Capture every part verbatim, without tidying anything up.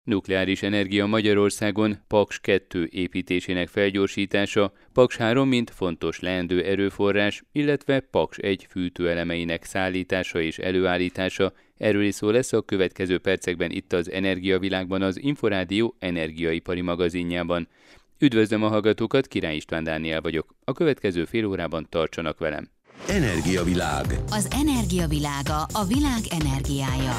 Nukleáris energia Magyarországon Paks kettő építésének felgyorsítása, Paks három mint fontos leendő erőforrás, illetve Paks egy fűtőelemeinek szállítása és előállítása. Erről is szó lesz a következő percekben itt az Energiavilágban, az Inforádió energiaipari magazinjában. Üdvözlöm a hallgatókat, Király István Dániel vagyok. A következő fél órában tartsanak velem. Energiavilág. Az energiavilága, a világ energiája.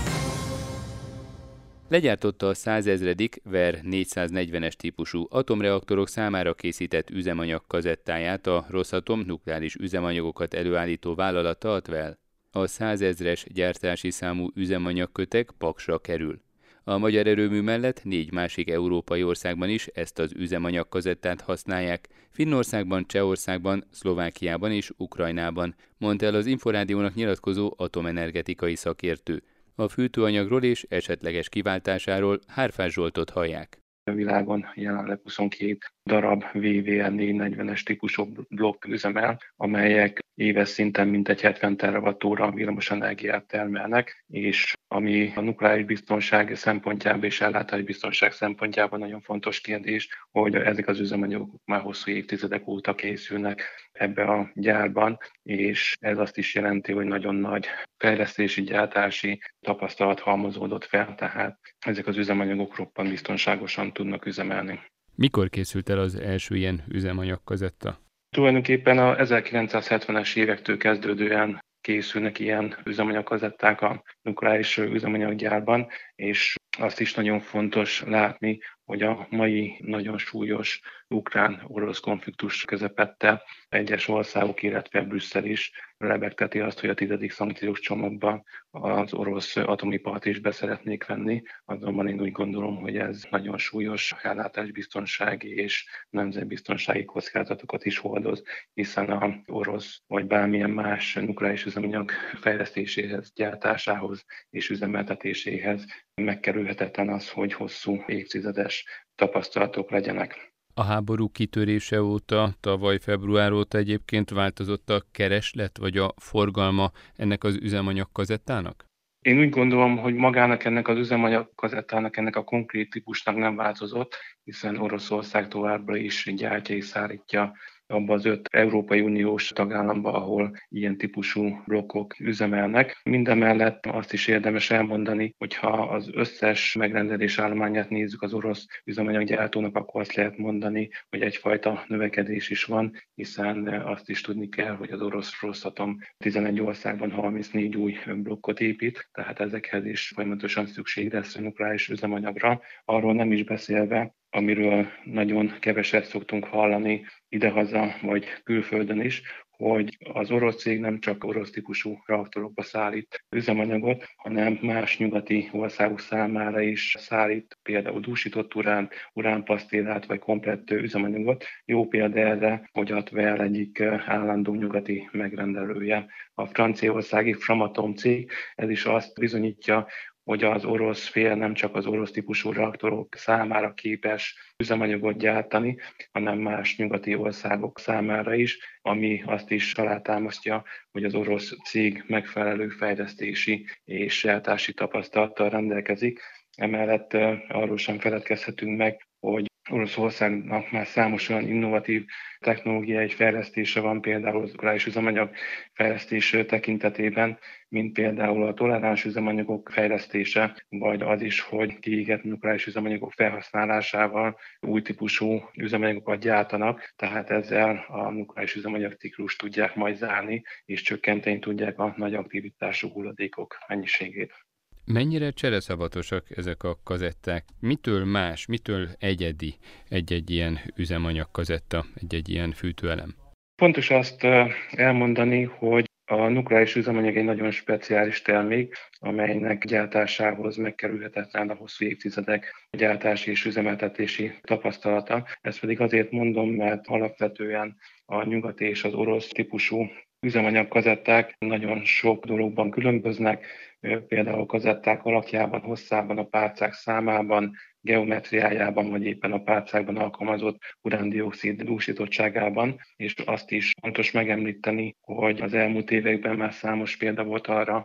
Legyártotta a százezredik Ver négyszáznegyvenes típusú atomreaktorok számára készített üzemanyag kazettáját a Rosatom nukleáris üzemanyagokat előállító vállalata Atvel. A százezres gyártási számú üzemanyagkötek Paksra kerül. A magyar erőmű mellett négy másik európai országban is ezt az üzemanyag kazettát használják, Finnországban, Csehországban, Szlovákiában és Ukrajnában, mondta el az Inforádiónak nyilatkozó atomenergetikai szakértő. A fűtőanyagról és esetleges kiváltásáról Hárfás Zsoltot hallják. A világon jelenleg huszonkét darab vé vé er négyszáznegyvenes típusú blokk üzemel, amelyek éves szinten mintegy hetven terawattóra villamosenergiát termelnek, és ami a nukleáris biztonság szempontjából és ellátás biztonság szempontjából nagyon fontos kérdés, hogy ezek az üzemanyagok már hosszú évtizedek óta készülnek ebbe a gyárban, és ez azt is jelenti, hogy nagyon nagy fejlesztési, gyártási tapasztalat halmozódott fel, tehát ezek az üzemanyagok roppant biztonságosan tudnak üzemelni. Mikor készült el az első ilyen üzemanyagkazetta? Tulajdonképpen a ezerkilencszázhetvenes évektől kezdődően készülnek ilyen üzemanyagkazetták a nukleáris üzemanyaggyárban, és azt is nagyon fontos látni, hogy a mai nagyon súlyos ukrán-orosz konfliktus közepette egyes országok, illetve Brüsszel is lebegteti azt, hogy a tizedik szankciós csomagban az orosz atomipart is be szeretnék venni. Azonban én úgy gondolom, hogy ez nagyon súlyos ellátásbiztonsági és nemzetbiztonsági kockázatokat is hordoz, hiszen az orosz vagy bármilyen más nukleáris üzemanyag fejlesztéséhez, gyártásához és üzemeltetéséhez megkerülhetetlen az, hogy hosszú évtizedes tapasztalatok legyenek. A háború kitörése óta, tavaly február óta egyébként változott a kereslet vagy a forgalma ennek az üzemanyag kazettának? Én úgy gondolom, hogy magának ennek az üzemanyag kazettának, ennek a konkrét típusnak nem változott, hiszen Oroszország továbbra is gyártja és szállítja abba az öt Európai Uniós tagállamba, ahol ilyen típusú blokkok üzemelnek. Mindemellett azt is érdemes elmondani, hogyha az összes megrendelés állományát nézzük az orosz üzemanyaggyártónak, akkor azt lehet mondani, hogy egyfajta növekedés is van, hiszen azt is tudni kell, hogy az orosz Rosatom tizenegy országban harmincnégy új blokkot épít, tehát ezekhez is folyamatosan szükség lesz a nukleáris üzemanyagra. Arról nem is beszélve, amiről nagyon keveset szoktunk hallani idehaza vagy külföldön is, hogy az orosz cég nem csak orosz típusú reaktorokba szállít üzemanyagot, hanem más nyugati országok számára is szállít például dúsított urán, uránpasztillát vagy komplett üzemanyagot. Jó példa erre, hogy Atvel egyik állandó nyugati megrendelője. A franciaországi Framatome cég, ez is azt bizonyítja, hogy az orosz fél nem csak az orosz típusú reaktorok számára képes üzemanyagot gyártani, hanem más nyugati országok számára is, ami azt is alátámasztja, hogy az orosz cég megfelelő fejlesztési és gyártási tapasztalattal rendelkezik. Emellett arról sem feledkezhetünk meg, hogy Oroszországnak már számos olyan innovatív technológiai fejlesztése van, például az nukleáris üzemanyag fejlesztés tekintetében, mint például a toleráns üzemanyagok fejlesztése, vagy az is, hogy kiégett nukleáris üzemanyagok felhasználásával új típusú üzemanyagokat gyártanak, tehát ezzel a nukleáris üzemanyag ciklust tudják majd zárni, és csökkenteni tudják a nagy aktivitású hulladékok mennyiségét. Mennyire csereszavatosak ezek a kazetták? Mitől más, mitől egyedi egy-egy ilyen üzemanyag kazetta, egy-egy ilyen fűtőelem? Fontos azt elmondani, hogy a nukleáris üzemanyag egy nagyon speciális termék, amelynek gyártásához megkerülhetetlen a hosszú évtizedek gyártási és üzemeltetési tapasztalata. Ezt pedig azért mondom, mert alapvetően a nyugati és az orosz típusú üzemanyagkazetták nagyon sok dologban különböznek, például a kazetták alakjában, hosszában, a pálcák számában, geometriájában, vagy éppen a pálcákban alkalmazott urán-dioxid dúsítottságában, és azt is fontos megemlíteni, hogy az elmúlt években már számos példa volt arra,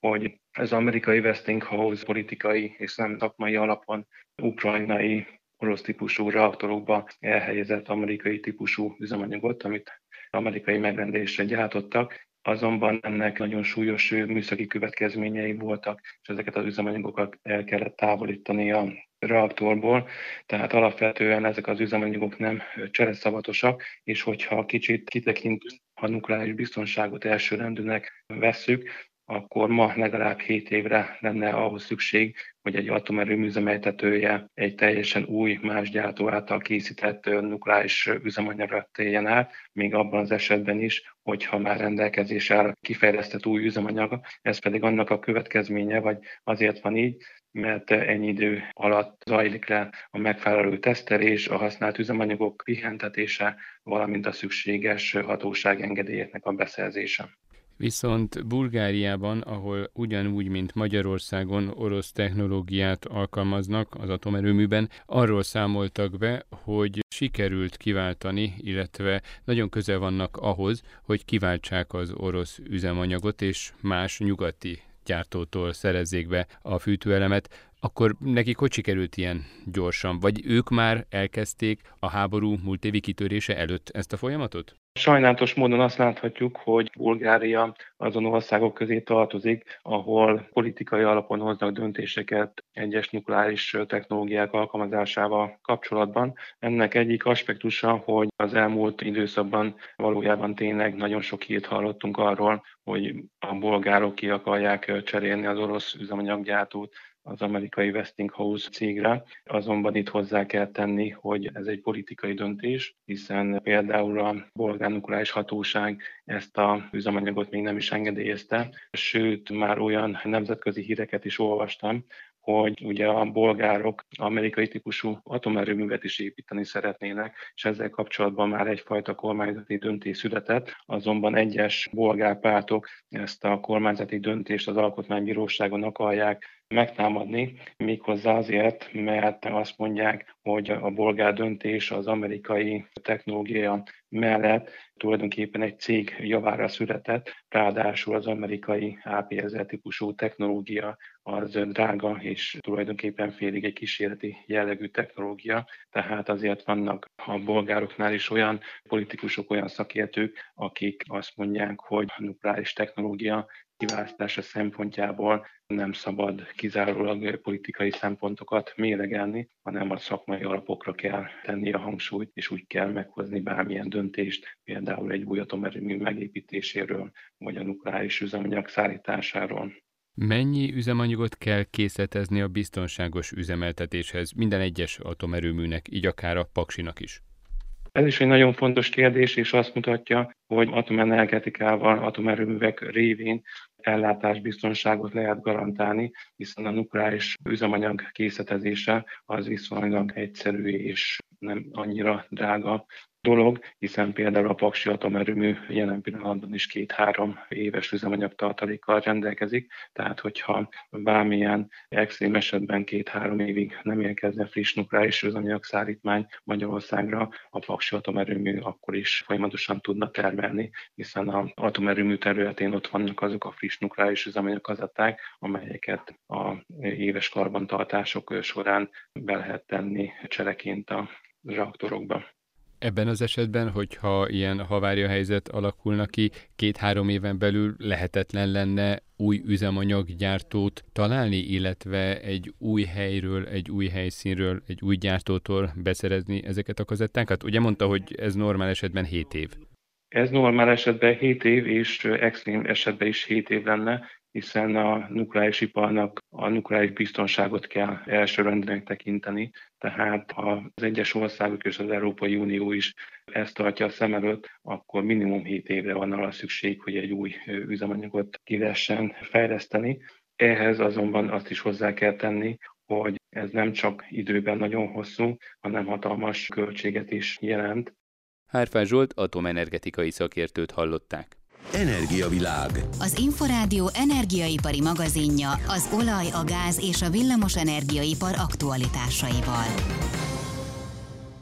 hogy az amerikai Westinghouse politikai és nem szakmai alapon ukrajnai orosz típusú reaktorokba elhelyezett amerikai típusú üzemanyagot, amit amerikai megrendelésre gyártottak, azonban ennek nagyon súlyos műszaki következményei voltak, és ezeket az üzemanyagokat el kellett távolítani a reaktorból, tehát alapvetően ezek az üzemanyagok nem csereszavatosak, és hogyha kicsit kitekintünk, ha nukleáris biztonságot elsőrendűnek vesszük, akkor ma legalább hét évre lenne ahhoz szükség, hogy egy atomerőmű üzemeltetője egy teljesen új, más gyártó által készített nukleáris üzemanyagra térjen át, még abban az esetben is, hogyha már rendelkezésre áll kifejlesztett új üzemanyag. Ez pedig annak a következménye, vagy azért van így, mert ennyi idő alatt zajlik le a megfelelő tesztelés, a használt üzemanyagok pihentetése, valamint a szükséges hatóság engedélyeknek a beszerzése. Viszont Bulgáriában, ahol ugyanúgy, mint Magyarországon orosz technológiát alkalmaznak az atomerőműben, arról számoltak be, hogy sikerült kiváltani, illetve nagyon közel vannak ahhoz, hogy kiváltsák az orosz üzemanyagot, és más nyugati gyártótól szerezzék be a fűtőelemet, akkor nekik hogy sikerült ilyen gyorsan? Vagy ők már elkezdték a háború múlt évi kitörése előtt ezt a folyamatot? Sajnálatos módon azt láthatjuk, hogy Bulgária azon országok közé tartozik, ahol politikai alapon hoznak döntéseket egyes nukleáris technológiák alkalmazásával kapcsolatban. Ennek egyik aspektusa, hogy az elmúlt időszakban valójában tényleg nagyon sok hírt hallottunk arról, hogy a bolgárok ki akarják cserélni az orosz üzemanyaggyártót az amerikai Westinghouse cégre. Azonban itt hozzá kell tenni, hogy ez egy politikai döntés, hiszen például a bolgár nukleáris hatóság ezt az üzemanyagot még nem is engedélyezte, sőt már olyan nemzetközi híreket is olvastam, hogy ugye a bolgárok amerikai típusú atomerőművet is építeni szeretnének, és ezzel kapcsolatban már egyfajta kormányzati döntés született, azonban egyes bolgár pártok ezt a kormányzati döntést az alkotmánybíróságon akarják megtámadni, méghozzá azért, mert azt mondják, hogy a bolgár döntés az amerikai technológia mellett tulajdonképpen egy cég javára született, ráadásul az amerikai á pé ezer típusú technológia az drága és tulajdonképpen félig egy kísérleti jellegű technológia, tehát azért vannak a bolgároknál is olyan politikusok, olyan szakértők, akik azt mondják, hogy a nukleáris technológia kiválasztása szempontjából nem szabad kizárólag politikai szempontokat mélegelni, hanem a szakmai alapokra kell tenni a hangsúlyt, és úgy kell meghozni bármilyen döntést, például egy új atomerőmű megépítéséről, vagy a nukleáris üzemanyag szállításáról. Mennyi üzemanyagot kell készletezni a biztonságos üzemeltetéshez minden egyes atomerőműnek, így akár a Paksinak is? Ez is egy nagyon fontos kérdés, és azt mutatja, hogy atomenergetikával, atomerőművek révén ellátásbiztonságot lehet garantálni, hiszen a nukleáris üzemanyag készletezése az viszonylag egyszerű és nem annyira drága dolog, hiszen például a Paksi atomerőmű jelen pillanatban is két-három éves üzemanyag tartalékkal rendelkezik, tehát hogyha bármilyen extrém esetben két-három évig nem érkezne friss nukleáris üzemanyag szállítmány Magyarországra, a Paksi atomerőmű akkor is folyamatosan tudna termelni, hiszen az atomerőmű területén ott vannak azok a friss nukleáris üzemanyag kazetták, amelyeket a éves karbantartások során be lehet tenni csereként a reaktorokba. Ebben az esetben, hogyha ilyen havária helyzet alakulna ki, két-három éven belül lehetetlen lenne új üzemanyaggyártót találni, illetve egy új helyről, egy új helyszínről, egy új gyártótól beszerezni ezeket a kazettákat? Ugye mondta, hogy ez normál esetben hét év. Ez normál esetben hét év, és extrém esetben is hét év lenne, hiszen a nukleáris iparnak a nukleáris biztonságot kell elsőrendűnek tekinteni, tehát ha az egyes országok és az Európai Unió is ezt tartja a szem előtt, akkor minimum hét évre van arra szükség, hogy egy új üzemanyagot ki lehessen fejleszteni. Ehhez azonban azt is hozzá kell tenni, hogy ez nem csak időben nagyon hosszú, hanem hatalmas költséget is jelent. Hárfás Zsolt atomenergetikai szakértőt hallották. Energiavilág. Az Inforádió energiaipari magazinja az olaj, a gáz és a villamos energiaipar aktualitásaival.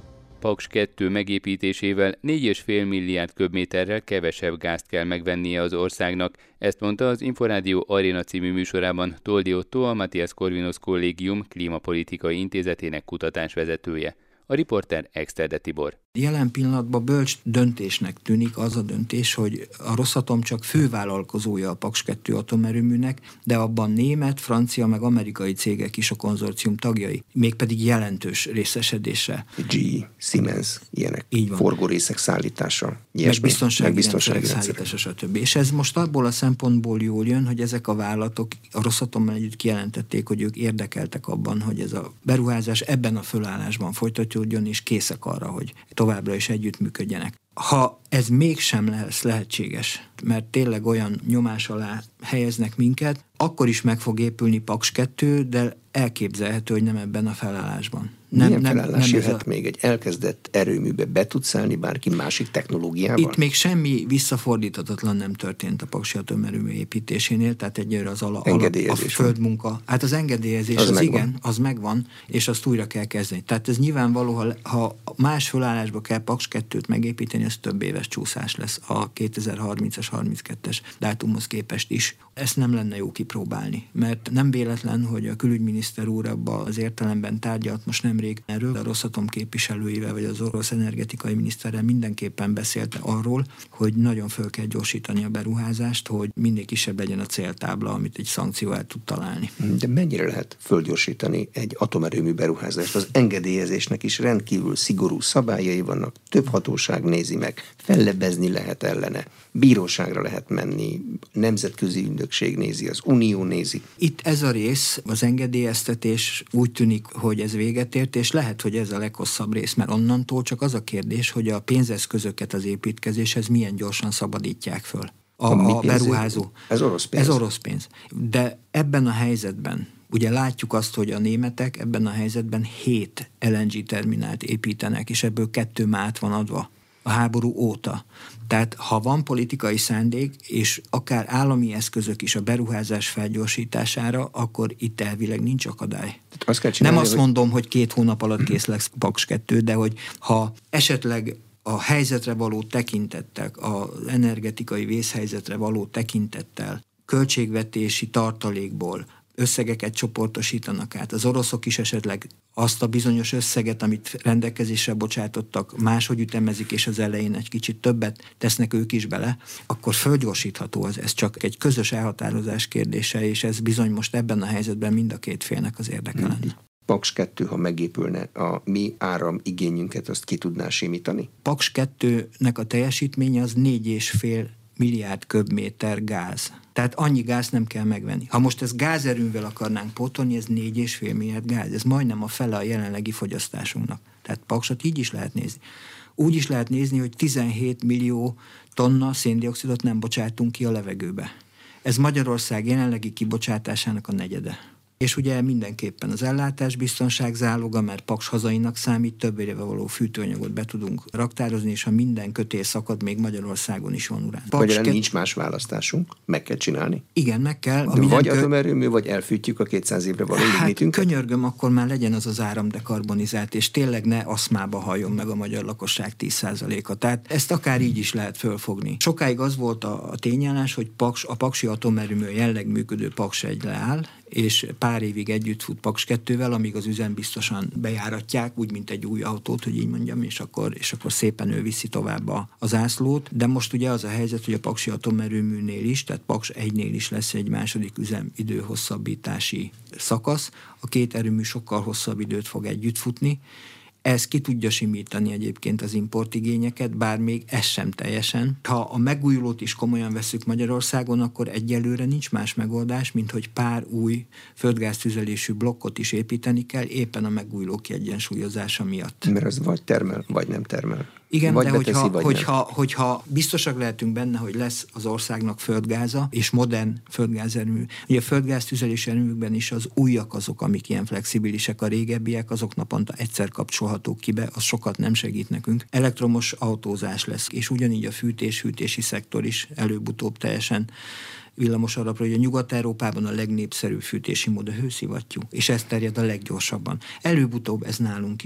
Paks kettő megépítésével négy egész öt milliárd köbméterrel kevesebb gázt kell megvennie az országnak. Ezt mondta az Inforádió Aréna című műsorában Toldi Otto, a Matthias Corvinus Kollégium klímapolitikai intézetének kutatásvezetője. A riporter Exterde Tibor. Jelen pillanatban bölcs döntésnek tűnik az a döntés, hogy a Rosatom csak fővállalkozója a Paks kettő atomerőműnek, de abban német, francia meg amerikai cégek is a konzorcium tagjai, mégpedig jelentős részesedéssel. gé é, Siemens, ilyenek. Így van. Forgórészek szállítása. Meg biztonsági, meg biztonsági szállítása, stb. És ez most abból a szempontból jól jön, hogy ezek a vállalatok a Rosatommal együtt kijelentették, hogy ők érdekeltek abban, hogy ez a beruházás ebben a fölállásban folytatódjon, és készek arra, hogy továbbra is együttműködjenek. Ha ez mégsem lesz lehetséges, mert tényleg olyan nyomás alá helyeznek minket, akkor is meg fog épülni Paks kettő, de elképzelhető, hogy nem ebben a felállásban. Nem, Milyen nem, felállás nem jöhet a... még egy elkezdett erőműbe be tud szállni bárki másik technológiával? Itt még semmi visszafordíthatatlan nem történt a paksi atomerőmű építésénél, tehát egyre az ala, ala, a földmunka. Hát az engedélyezés az, az igen, az megvan, és azt újra kell kezdeni. Tehát ez nyilvánvaló, ha, ha más felállásba kell Paks kettőt megépíteni, ez több éves csúszás lesz a kétezer-harmincas, harminckettes dátumhoz képest is. Ezt nem lenne jó kipróbálni, mert nem véletlen, hogy a külügyminiszter úr abban az értelemben tárgyalt most nemrég erről, a Rosatom képviselőivel, vagy az orosz energetikai miniszterrel mindenképpen beszélt arról, hogy nagyon föl kell gyorsítani a beruházást, hogy minél kisebb legyen a céltábla, amit egy szankció el tud találni. De mennyire lehet fölgyorsítani egy atomerőmű beruházást? Az engedélyezésnek is rendkívül szigorú szabályai vannak, több hatóság nézi meg, fellebezni lehet ellene, bíróságra lehet menni, nemzetközi ügynökség nézi, az Unió nézi. Itt ez a rész, az engedélyeztetés úgy tűnik, hogy ez véget ért, és lehet, hogy ez a leghosszabb rész, mert onnantól csak az a kérdés, hogy a pénzeszközöket az építkezéshez milyen gyorsan szabadítják föl. A, a, a beruházó. Ez orosz pénz. Ez orosz pénz. De ebben a helyzetben, ugye látjuk azt, hogy a németek ebben a helyzetben hét el en gé terminált építenek, és ebből kettő már át van adva a háború óta. Tehát ha van politikai szándék, és akár állami eszközök is a beruházás felgyorsítására, akkor itt elvileg nincs akadály. Azt kell csinálni, Nem azt hogy... mondom, hogy két hónap alatt kész lesz Paks kettő, de hogy ha esetleg a helyzetre való tekintettel, az energetikai vészhelyzetre való tekintettel, költségvetési tartalékból összegeket csoportosítanak át. Az oroszok is esetleg azt a bizonyos összeget, amit rendelkezésre bocsátottak, máshogy ütemezik, és az elején egy kicsit többet tesznek ők is bele, akkor fölgyorsítható az. Ez csak egy közös elhatározás kérdése, és ez bizony most ebben a helyzetben mind a két félnek az érdeke lenne. Paks kettő, ha megépülne, a mi áram igényünket azt ki tudná simítani? Paks kettőnek a teljesítménye az négy és fél milliárd köbméter gáz. Tehát annyi gáz nem kell megvenni. Ha most ezt gázerőművel akarnánk pótolni, ez négy és fél milliárd gáz. Ez majdnem a fele a jelenlegi fogyasztásunknak. Tehát Paksot így is lehet nézni. Úgy is lehet nézni, hogy tizenhét millió tonna széndioxidot nem bocsátunk ki a levegőbe. Ez Magyarország jelenlegi kibocsátásának a negyede. És ugye mindenképpen az ellátásbiztonság záloga, mert Paks hazainak számít, több éve való fűtőanyagot be tudunk raktározni, és ha minden kötél szakad, még Magyarországon is van urán. Magyarán ke- nincs más választásunk, meg kell csinálni. Igen, meg kell. De vagy kö... atomerőmű, vagy elfűtjük a kétszáz évre való hát, limitünket. Könyörgöm, akkor már legyen az az áram dekarbonizált, és tényleg ne aszmába halljon meg a magyar lakosság tíz százaléka. Tehát ezt akár így is lehet fölfogni. Sokáig az volt a, a tényállás, hogy Paks, a paksi atomerőmű jelenleg működő Paks egy leáll, és pár évig együtt fut Paks kettővel, amíg az üzem biztosan bejáratják, úgy, mint egy új autót, hogy így mondjam, és akkor, és akkor szépen ő viszi tovább a, a zászlót. De most ugye az a helyzet, hogy a paksi atomerőműnél is, tehát Paks egynél is lesz egy második üzemidő hosszabbítási szakasz. A két erőmű sokkal hosszabb időt fog együtt futni. Ez ki tudja simítani egyébként az importigényeket, bár még ez sem teljesen. Ha a megújulót is komolyan veszük Magyarországon, akkor egyelőre nincs más megoldás, mint hogy pár új földgáztüzelésű blokkot is építeni kell, éppen a megújuló kiegyensúlyozása miatt. Mert az vagy termel, vagy nem termel. Igen, vagy de beteszi, hogyha, vagy hogyha, hogyha biztosak lehetünk benne, hogy lesz az országnak földgáza, és modern földgázerőmű. Ugye a földgáztüzelési erőműkben is az újak azok, amik ilyen flexibilisek, a régebbiek, azok naponta egyszer kapcsolhatók ki be, az sokat nem segít nekünk. Elektromos autózás lesz, és ugyanígy a fűtés-hűtési szektor is előbb-utóbb teljesen villamos alapra, hogy a Nyugat-Európában a legnépszerűbb fűtési mód a hőszivattyú, és ez terjed a leggyorsabban. Előbb-utóbb ez nálunk is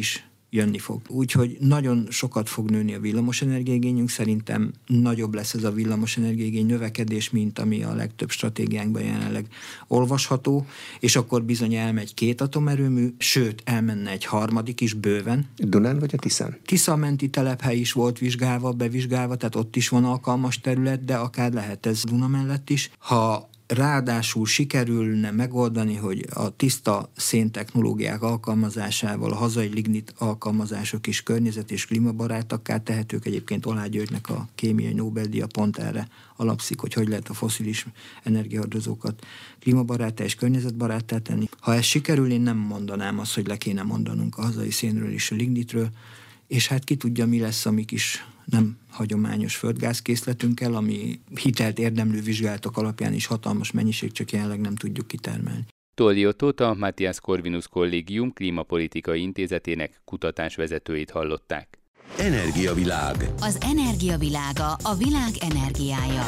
jönni fog. Úgyhogy nagyon sokat fog nőni a villamosenergiaigényünk, szerintem nagyobb lesz ez a villamosenergiaigény növekedés, mint ami a legtöbb stratégiánkban jelenleg olvasható, és akkor bizony elmegy két atomerőmű, sőt, elmenne egy harmadik is bőven. Dunán vagy a Tiszán? Tisza menti telephely is volt vizsgálva, bevizsgálva, tehát ott is van alkalmas terület, de akár lehet ez Duna mellett is. Ha ráadásul sikerülne megoldani, hogy a tiszta széntechnológiák alkalmazásával a hazai lignit alkalmazások is környezet- és klímabarátakká tehetők. Egyébként Oláh Györgynek a kémiai Nobel-díja pont erre alapszik, hogy hogy lehet a fosszilis energiahordozókat klímabaráttá és környezetbaráttá tenni. Ha ez sikerül, én nem mondanám azt, hogy le kéne mondanunk a hazai szénről és a lignitről, és hát ki tudja, mi lesz a mi kis nem hagyományos földgázkészletünkkel, ami hitelt érdemlő vizsgálatok alapján is hatalmas mennyiség, csak jelenleg nem tudjuk kitermelni. Tolli Ottót, a Matthias Corvinus Kollégium Klímapolitikai Intézetének kutatásvezetőit hallották. Energiavilág. Az energiavilága a világ energiája.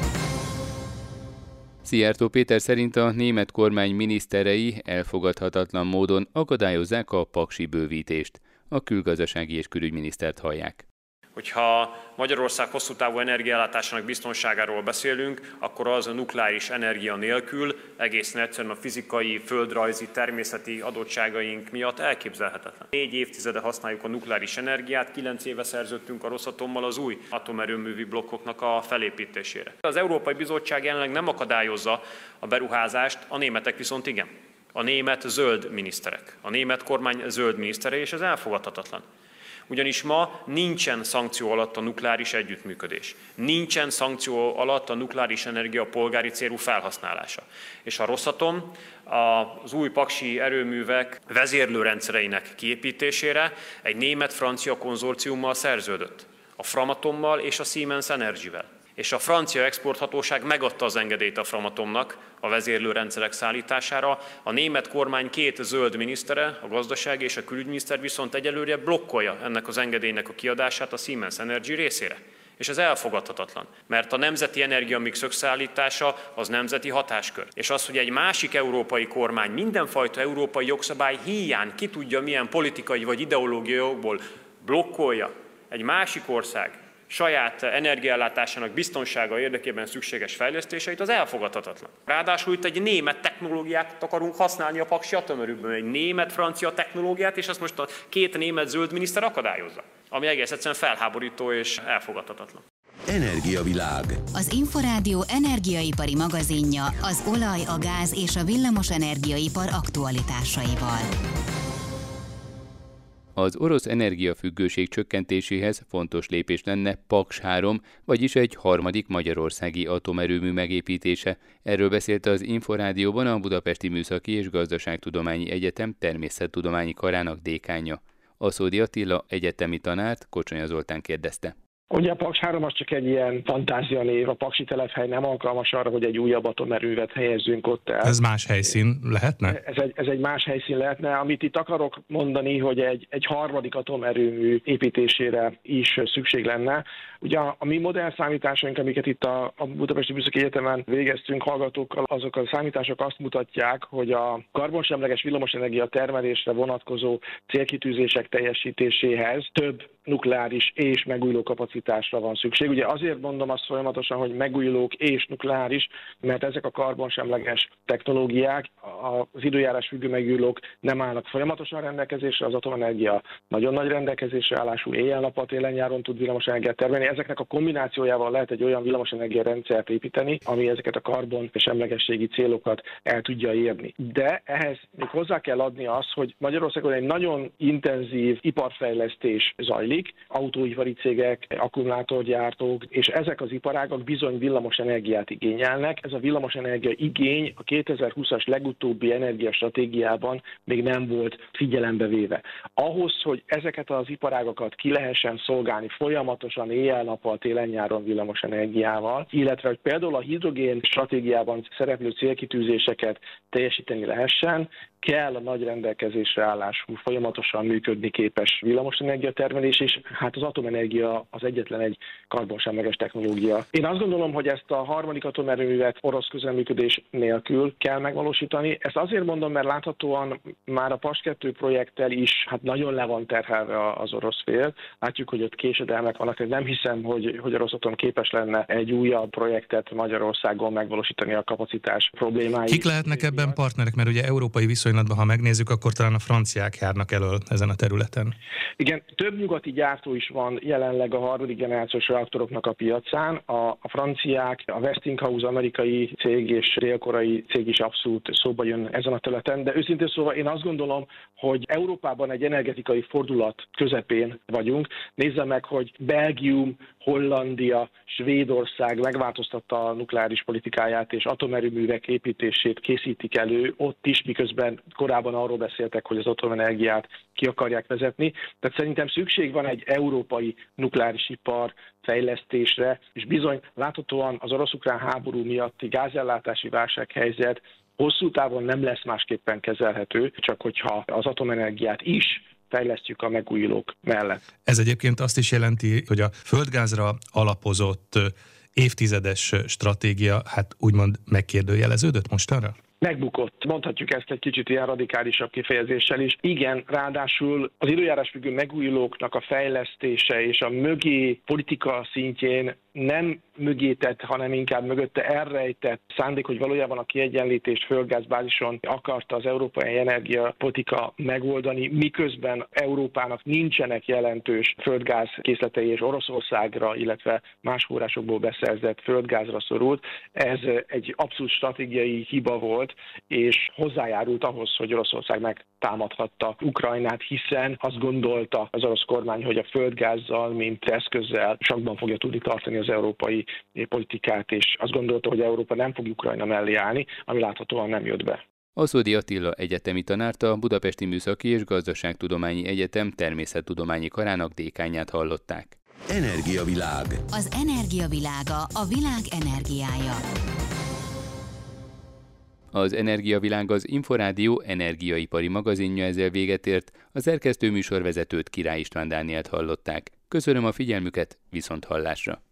Szijjártó Péter szerint a német kormány miniszterei elfogadhatatlan módon akadályozzák a paksi bővítést. A külgazdasági és külügyminisztert hallják. Hogyha Magyarország hosszú távú energiaellátásának biztonságáról beszélünk, akkor az a nukleáris energia nélkül egészen egyszerűen a fizikai, földrajzi, természeti adottságaink miatt elképzelhetetlen. Négy évtizede használjuk a nukleáris energiát, kilenc éve szerződtünk a Rosatommal az új atomerőművi blokkoknak a felépítésére. Az Európai Bizottság jelenleg nem akadályozza a beruházást, a németek viszont igen. A német zöld miniszterek, a német kormány zöld minisztere, és ez elfogadhatatlan. Ugyanis ma nincsen szankció alatt a nukleáris együttműködés. Nincsen szankció alatt a nukleáris energia polgári célú felhasználása. És a Rosatom az új paksi erőművek vezérlőrendszereinek kiépítésére egy német-francia konzorciummal szerződött. A Framatommal és a Siemens Energyvel. És a francia exporthatóság megadta az engedélyt a Framatomnak a vezérlőrendszerek szállítására. A német kormány két zöld minisztere, a gazdasági és a külügyminiszter viszont egyelőre blokkolja ennek az engedélynek a kiadását a Siemens Energy részére. És ez elfogadhatatlan, mert a nemzeti energiamix összeállítása az nemzeti hatáskör. És az, hogy egy másik európai kormány mindenfajta európai jogszabály híján ki tudja milyen politikai vagy ideológiai jogból blokkolja egy másik ország saját energiaellátásának biztonsága érdekében szükséges fejlesztéseit, az elfogadhatatlan. Ráadásul itt egy német technológiát akarunk használni a paksi atomerőműben, egy német-francia technológiát, és azt most a két német zöld miniszter akadályozza, ami egész egyszerűen felháborító és elfogadhatatlan. Energiavilág. Az Inforádió energiaipari magazinja az olaj, a gáz és a villamos energiaipar aktualitásaival. Az orosz energiafüggőség csökkentéséhez fontos lépés lenne Paks három, vagyis egy harmadik magyarországi atomerőmű megépítése. Erről beszélt az Inforádióban a Budapesti Műszaki és Gazdaságtudományi Egyetem természettudományi karának dékánja. Aszódi Attila egyetemi tanárt Kocsonya Zoltán kérdezte. Ugye a Paks három az csak egy ilyen fantázianév, a paksi telephely nem alkalmas arra, hogy egy újabb atomerővet helyezzünk ott el. Ez más helyszín lehetne? Ez egy, ez egy más helyszín lehetne. Amit itt akarok mondani, hogy egy, egy harmadik atomerőmű építésére is szükség lenne. Ugye a, a mi modern számításaink, amiket itt a, a Budapesti Műszaki Egyetemen végeztünk hallgatókkal, azok a számítások azt mutatják, hogy a karbonsemleges villamosenergia termelésre vonatkozó célkitűzések teljesítéséhez több nukleáris és megújuló kapacitásra van szükség. Ugye azért mondom azt folyamatosan, hogy megújulók és nukleáris, mert ezek a karbonsemleges technológiák, az időjárás függő megújulók nem állnak folyamatosan rendelkezésre, az atomenergia nagyon nagy rendelkezésre állású, éjjel-nappal, télen-nyáron tud villamosenergiát termelni. Ezeknek a kombinációjával lehet egy olyan villamosenergia rendszert építeni, ami ezeket a karbon semlegességi célokat el tudja érni. De ehhez még hozzá kell adni azt, hogy Magyarországon egy nagyon intenzív iparfejlesztés zajlik, autóipari cégek, akkumulátorgyártók, és ezek az iparágak bizony villamos energiát igényelnek. Ez a villamos energia igény a kétezer-húszas legutóbbi energiastratégiában még nem volt figyelembe véve. Ahhoz, hogy ezeket az iparágakat ki lehessen szolgálni folyamatosan éjjel-nappal, télen-nyáron villamos energiával, illetve hogy például a hidrogén stratégiában szereplő célkitűzéseket teljesíteni lehessen, kell a nagy rendelkezésre állású, folyamatosan működni képes villamosenergia termelés, is, és hát az atomenergia az egyetlen egy karbonsemleges technológia. Én azt gondolom, hogy ezt a harmadik atomerőművet orosz közreműködés nélkül kell megvalósítani. Ezt azért mondom, mert láthatóan már a Paks kettő projekttel is hát nagyon le van terhelve az orosz fél. Látjuk, hogy ott késedelmek vannak, tehát nem hiszem, hogy, hogy a Rosatom képes lenne egy újabb projektet Magyarországon megvalósítani a kapacitás problémáit. Kik lehetnek ebben partnerek? Mert ugye európai viszonylatban, ha megnézzük, akkor talán a franciák járnak elől ezen a területen. Igen, több nyugati gyártó is van jelenleg a harmadik generációs reaktoroknak a piacán. A, a franciák, a Westinghouse amerikai cég és dél-koreai cég is abszolút szóba jön ezen a területen, de őszintén szóval én azt gondolom, hogy Európában egy energetikai fordulat közepén vagyunk. Nézze meg, hogy Belgium, Hollandia, Svédország megváltoztatta a nukleáris politikáját, és atomerőművek építését készítik elő, ott is, miközben korábban arról beszéltek, hogy az atomenergiát ki akarják vezetni. Tehát szerintem szükség van egy európai nukleáris ipar fejlesztésre, és bizony láthatóan az orosz-ukrán háború miatti gázellátási válsághelyzet hosszú távon nem lesz másképpen kezelhető, csak hogyha az atomenergiát is fejlesztjük a megújulók mellett. Ez egyébként azt is jelenti, hogy a földgázra alapozott évtizedes stratégia, hát úgymond megkérdőjeleződött mostanra? Megbukott. Mondhatjuk ezt egy kicsit ilyen radikálisabb kifejezéssel is. Igen, ráadásul az időjárásfüggő megújulóknak a fejlesztése és a mögé politika szintjén nem mögé tett, hanem inkább mögötte elrejtett szándék, hogy valójában a kiegyenlítést földgázbázison akarta az európai energiapolitika megoldani, miközben Európának nincsenek jelentős földgázkészletei, és Oroszországra, illetve más forrásokból beszerzett földgázra szorult. Ez egy abszolút stratégiai hiba volt, és hozzájárult ahhoz, hogy Oroszország megtámadhatta Ukrajnát, hiszen azt gondolta az orosz kormány, hogy a földgázzal, mint eszközzel sakban fogja tudni tartani az európai politikát, és azt gondolta, hogy Európa nem fog Ukrajna mellé állni, ami láthatóan nem jött be. Aszódi Attila egyetemi tanárt, a Budapesti Műszaki és Gazdaságtudományi Egyetem természettudományi karának dékánját hallották. Energiavilág. Az energiavilága a világ energiája. Az Energiavilág az Inforádió energiaipari magazinja ezzel véget ért, a szerkesztő műsorvezetőt Király István Dánielt hallották. Köszönöm a figyelmüket, viszont hallásra!